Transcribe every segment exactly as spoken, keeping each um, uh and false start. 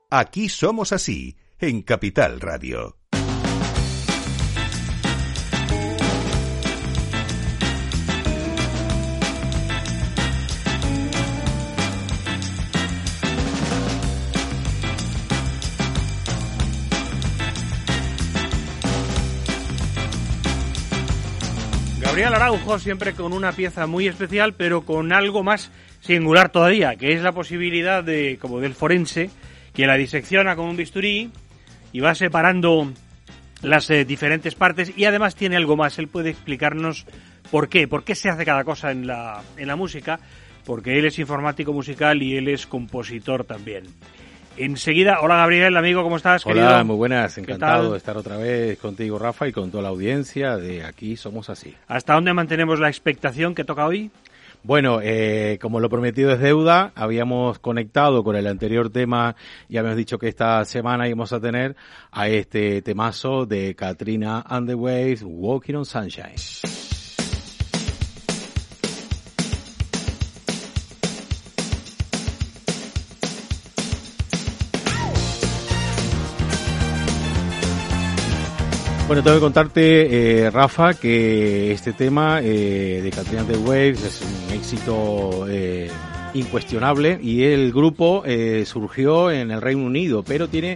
Aquí somos así, en Capital Radio. Gabriel Araujo, siempre con una pieza muy especial, pero con algo más singular todavía, que es la posibilidad de, como del forense, que la disecciona con un bisturí y va separando las eh, diferentes partes, y además tiene algo más. Él puede explicarnos por qué, por qué se hace cada cosa en la, en la música, porque él es informático musical y él es compositor también. Enseguida, hola Gabriel, amigo, ¿cómo estás? Hola, querido? Muy buenas, encantado de estar otra vez contigo, Rafa, y con toda la audiencia de Aquí Somos Así. ¿Hasta dónde mantenemos la expectación que toca hoy? Bueno, eh, como lo prometido es deuda, habíamos conectado con el anterior tema y habíamos dicho que esta semana íbamos a tener a este temazo de Katrina and the Waves, Walking on Sunshine. Bueno, tengo que contarte, eh, Rafa, que este tema eh, de Katrina and the Waves es un éxito eh, incuestionable, y el grupo eh, surgió en el Reino Unido, pero tiene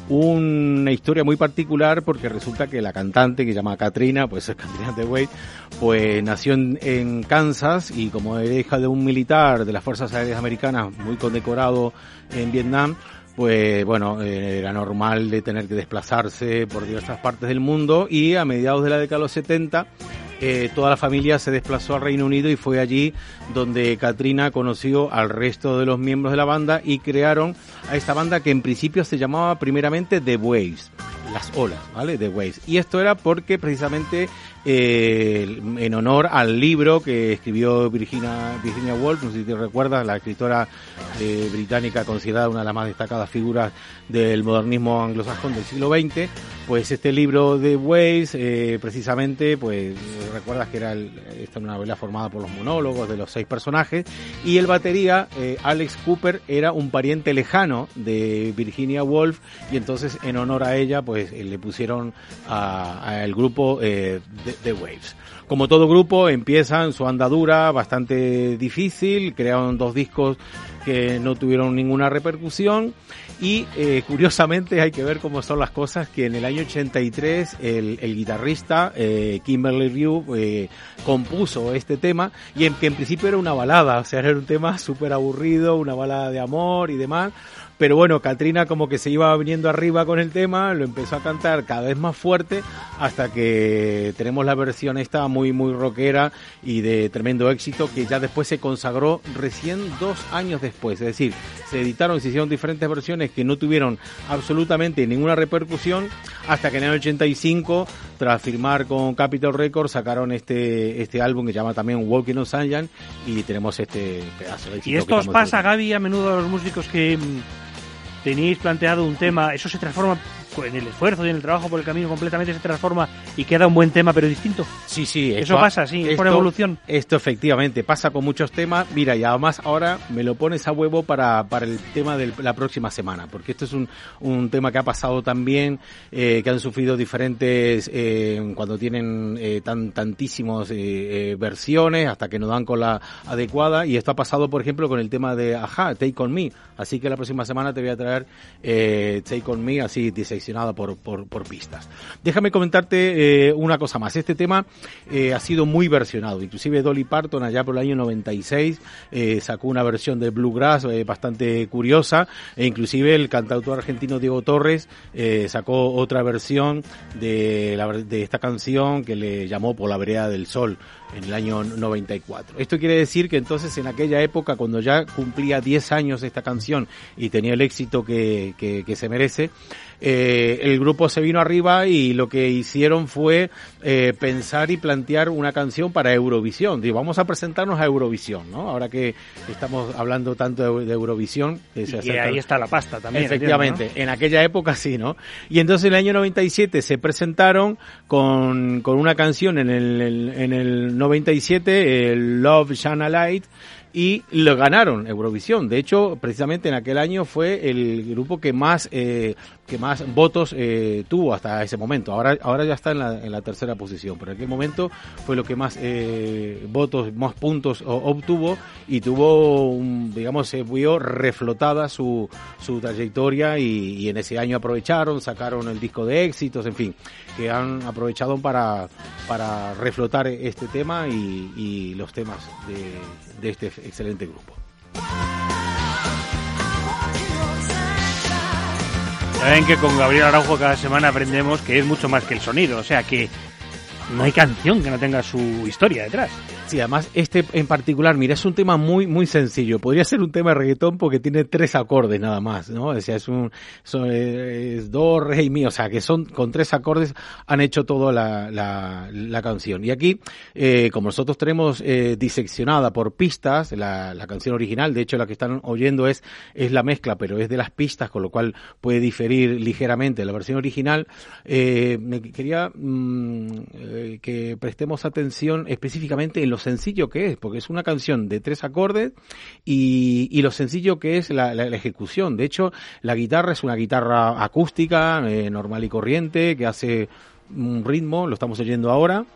una historia muy particular, porque resulta que la cantante, que se llama Katrina, pues es Katrina and the Waves, pues nació en, en Kansas, y como era hija de un militar de las Fuerzas Aéreas Americanas muy condecorado en Vietnam, pues bueno, eh, era normal de tener que desplazarse por diversas partes del mundo, y a mediados de la década de los setenta eh, toda la familia se desplazó al Reino Unido, y fue allí donde Katrina conoció al resto de los miembros de la banda y crearon a esta banda, que en principio se llamaba primeramente The Waves, las olas, ¿vale? The Waves. Y esto era porque precisamente eh, en honor al libro que escribió Virginia, Virginia Woolf, no sé si te recuerdas, la escritora eh, británica considerada una de las más destacadas figuras del modernismo anglosajón del siglo veinte, pues este libro de Waves, eh, precisamente, pues recuerdas que era el, esta una novela formada por los monólogos de los seis personajes, y el batería, eh, Alex Cooper, era un pariente lejano de Virginia Woolf, y entonces en honor a ella, pues eh, le pusieron al grupo eh, The, The Waves. Como todo grupo, empiezan su andadura bastante difícil, crearon dos discos que no tuvieron ninguna repercusión, y eh, curiosamente hay que ver cómo son las cosas, que en el año ochenta y tres el, el guitarrista eh, Kimberly Rew eh, compuso este tema, y en que en principio era una balada, o sea, era un tema súper aburrido, una balada de amor y demás. Pero bueno, Katrina como que se iba viniendo arriba con el tema, lo empezó a cantar cada vez más fuerte, hasta que tenemos la versión esta muy muy rockera y de tremendo éxito, que ya después se consagró recién dos años después. Es decir, se editaron, se hicieron diferentes versiones que no tuvieron absolutamente ninguna repercusión, hasta que en el ochenta y cinco, tras firmar con Capitol Records, sacaron este este álbum que se llama también Walking on Sunshine, y tenemos este pedazo de éxito. Y esto os pasa, Gaby, a menudo a los músicos que tenéis planteado un tema, eso se transforma en el esfuerzo y en el trabajo por el camino, completamente se transforma y queda un buen tema, pero distinto. Sí, sí. Eso esto, pasa, sí, esto, por evolución. Esto efectivamente pasa con muchos temas. Mira, y además ahora me lo pones a huevo para, para el tema de la próxima semana, porque esto es un, un tema que ha pasado también, eh, que han sufrido diferentes, eh, cuando tienen eh, tan tantísimos eh, eh, versiones, hasta que no dan con la adecuada, y esto ha pasado, por ejemplo, con el tema de Ajá, Take On Me. Así que la próxima semana te voy a traer eh, Take On Me, así diseccionada por, por, por pistas. Déjame comentarte eh, una cosa más. Este tema eh, ha sido muy versionado. Inclusive Dolly Parton, allá por el año noventa y seis, eh, sacó una versión de Bluegrass eh, bastante curiosa, e inclusive el cantautor argentino Diego Torres eh, sacó otra versión de, la, de esta canción que le llamó Por la vereda del sol, en el año noventa y cuatro. Esto quiere decir que entonces en aquella época, cuando ya cumplía diez años esta canción y tenía el éxito que, que, que se merece, eh, el grupo se vino arriba y lo que hicieron fue eh, pensar y plantear una canción para Eurovisión. Digo, vamos a presentarnos a Eurovisión, ¿no? Ahora que estamos hablando tanto de, de Eurovisión. Que se y ahí está la pasta también. Efectivamente, entiendo, ¿no? En aquella época sí, ¿no? Y entonces en el año noventa y siete se presentaron con, con una canción en el, el, en el noventa y siete, el Love Shine a Light, y lo ganaron Eurovisión. De hecho, precisamente en aquel año fue el grupo que más eh, que más votos eh, tuvo hasta ese momento. Ahora ahora ya está en la, en la tercera posición, pero en aquel momento fue lo que más eh, votos, más puntos o, obtuvo y tuvo, un, digamos, se vio reflotada su, su trayectoria y, y en ese año aprovecharon, sacaron el disco de éxitos, en fin, que han aprovechado para, para reflotar este tema y, y los temas de, de este excelente grupo. Saben que con Gabriel Araujo cada semana aprendemos que es mucho más que el sonido, o sea que no hay canción que no tenga su historia detrás. Sí, además este en particular, mira, es un tema muy muy sencillo. Podría ser un tema de reggaetón porque tiene tres acordes nada más, ¿no? O sea, es un son, es do, re y mi, o sea, que son con tres acordes han hecho toda la, la, la canción. Y aquí, eh, como nosotros tenemos eh, diseccionada por pistas la, la canción original, de hecho la que están oyendo es es la mezcla, pero es de las pistas, con lo cual puede diferir ligeramente la versión original. Eh, me quería mmm, eh, que prestemos atención específicamente en lo sencillo que es, porque es una canción de tres acordes y, y lo sencillo que es la, la, la ejecución. De hecho, la guitarra es una guitarra acústica, eh, normal y corriente, que hace un ritmo, lo estamos oyendo ahora.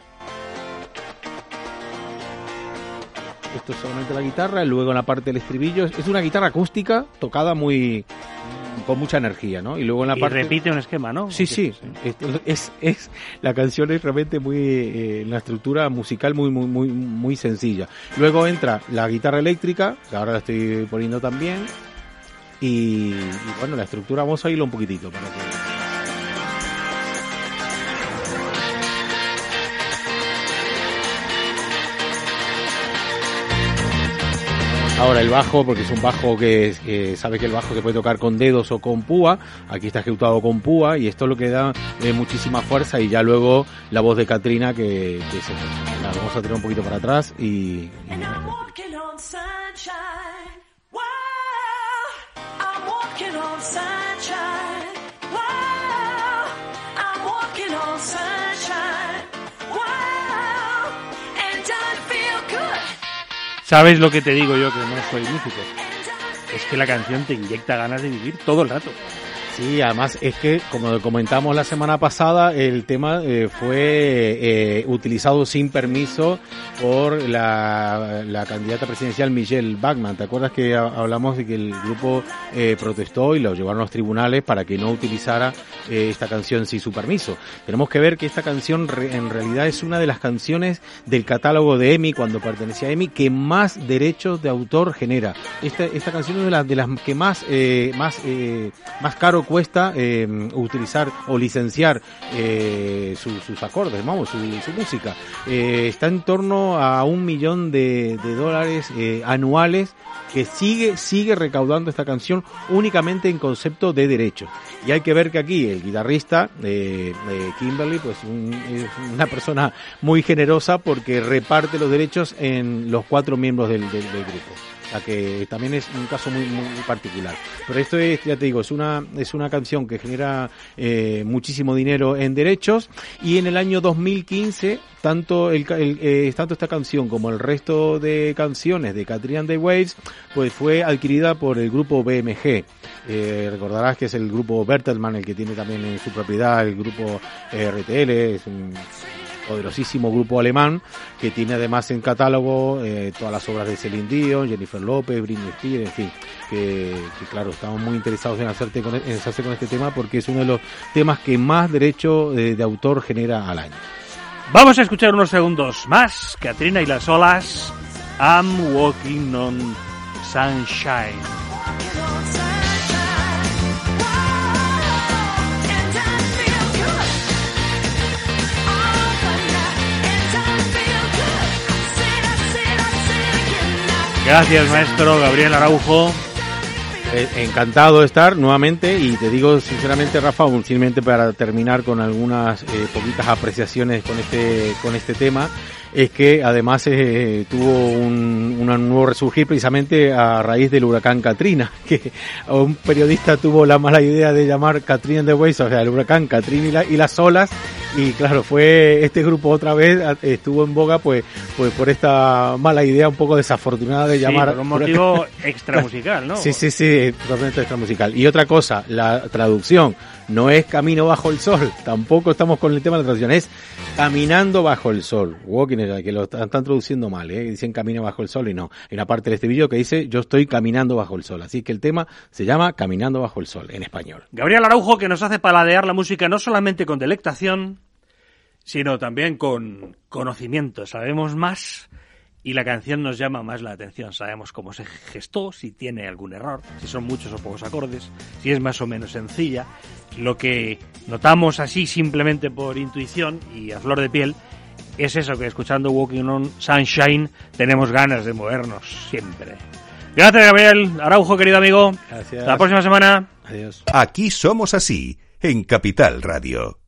Esto es solamente la guitarra, y luego en la parte del estribillo es una guitarra acústica tocada muy con mucha energía, ¿no? Y luego en la y parte repite un esquema, ¿no? Sí, sí. Es, es, es la canción es realmente muy eh, una estructura musical muy muy muy muy sencilla. Luego entra la guitarra eléctrica, que ahora la estoy poniendo también, y, y bueno, la estructura vamos a irlo un poquitito para que ahora el bajo, porque es un bajo que eh, sabe que el bajo se puede tocar con dedos o con púa. Aquí está ejecutado con púa y esto es lo que da eh, muchísima fuerza. Y ya luego la voz de Katrina que, que se la vamos a tirar un poquito para atrás y, y ¿Sabes lo que te digo yo, que no soy músico? Es que la canción te inyecta ganas de vivir todo el rato. Sí, además es que, como comentamos la semana pasada, el tema eh, fue eh, utilizado sin permiso por la, la candidata presidencial Michelle Bachmann. ¿Te acuerdas que hablamos de que el grupo eh, protestó y lo llevaron a los tribunales para que no utilizara eh, esta canción sin su permiso? Tenemos que ver que esta canción re, en realidad es una de las canciones del catálogo de EMI, cuando pertenecía a EMI, que más derechos de autor genera. Esta, esta canción es de las, de las que más, eh, más, eh, más caro cuesta eh, utilizar o licenciar eh, su, sus acordes, vamos, su, su música. Eh, está en torno a un millón de, de dólares eh, anuales que sigue sigue recaudando esta canción únicamente en concepto de derechos. Y hay que ver que aquí el guitarrista eh, eh, Kimberly, pues un, es una persona muy generosa porque reparte los derechos en los cuatro miembros del, del, del grupo. O sea que también es un caso muy muy particular. Pero esto es, ya te digo, es una es una canción que genera eh, muchísimo dinero en derechos, y en el año dos mil quince tanto el, el eh, tanto esta canción como el resto de canciones de Katrina and the Waves pues fue adquirida por el grupo B M G. Eh, recordarás que es el grupo Bertelsmann el que tiene también en su propiedad el grupo R T L, es un poderosísimo grupo alemán que tiene además en catálogo eh, todas las obras de Celine Dion, Jennifer Lopez, Britney Spears, en fin, que, que claro, estamos muy interesados en hacerte con, en hacerse con este tema porque es uno de los temas que más derecho de, de autor genera al año. Vamos a escuchar unos segundos más, Katrina y las olas, I'm Walking on Sunshine. Gracias, maestro Gabriel Araujo. Eh, encantado de estar nuevamente, y te digo sinceramente, Rafa, simplemente para terminar con algunas eh, poquitas apreciaciones con este con este tema, es que además eh, tuvo un, un nuevo resurgir precisamente a raíz del huracán Katrina, que un periodista tuvo la mala idea de llamar Katrina and the Waves, o sea, el huracán Katrina y, la, y las olas, y claro, fue este grupo otra vez estuvo en boga pues pues por esta mala idea un poco desafortunada de sí, llamar por un motivo extramusical, ¿no? Sí, sí, sí, totalmente extramusical. Y otra cosa, la traducción no es Camino bajo el sol, tampoco estamos con el tema de la traducción, es Caminando bajo el sol. Walking, que lo están traduciendo mal, ¿eh? Dicen Camino bajo el sol y no. Hay una parte del estribillo que dice yo estoy caminando bajo el sol, así que el tema se llama Caminando bajo el sol en español. Gabriel Araujo, que nos hace paladear la música no solamente con delectación, sino también con conocimiento. Sabemos más y la canción nos llama más la atención. Sabemos cómo se gestó, si tiene algún error, si son muchos o pocos acordes, si es más o menos sencilla. Lo que notamos así simplemente por intuición y a flor de piel es eso, que escuchando Walking on Sunshine tenemos ganas de movernos siempre. Gracias, Gabriel Araujo, querido amigo. Gracias. Hasta la próxima semana. Adiós. Aquí somos así, en Capital Radio.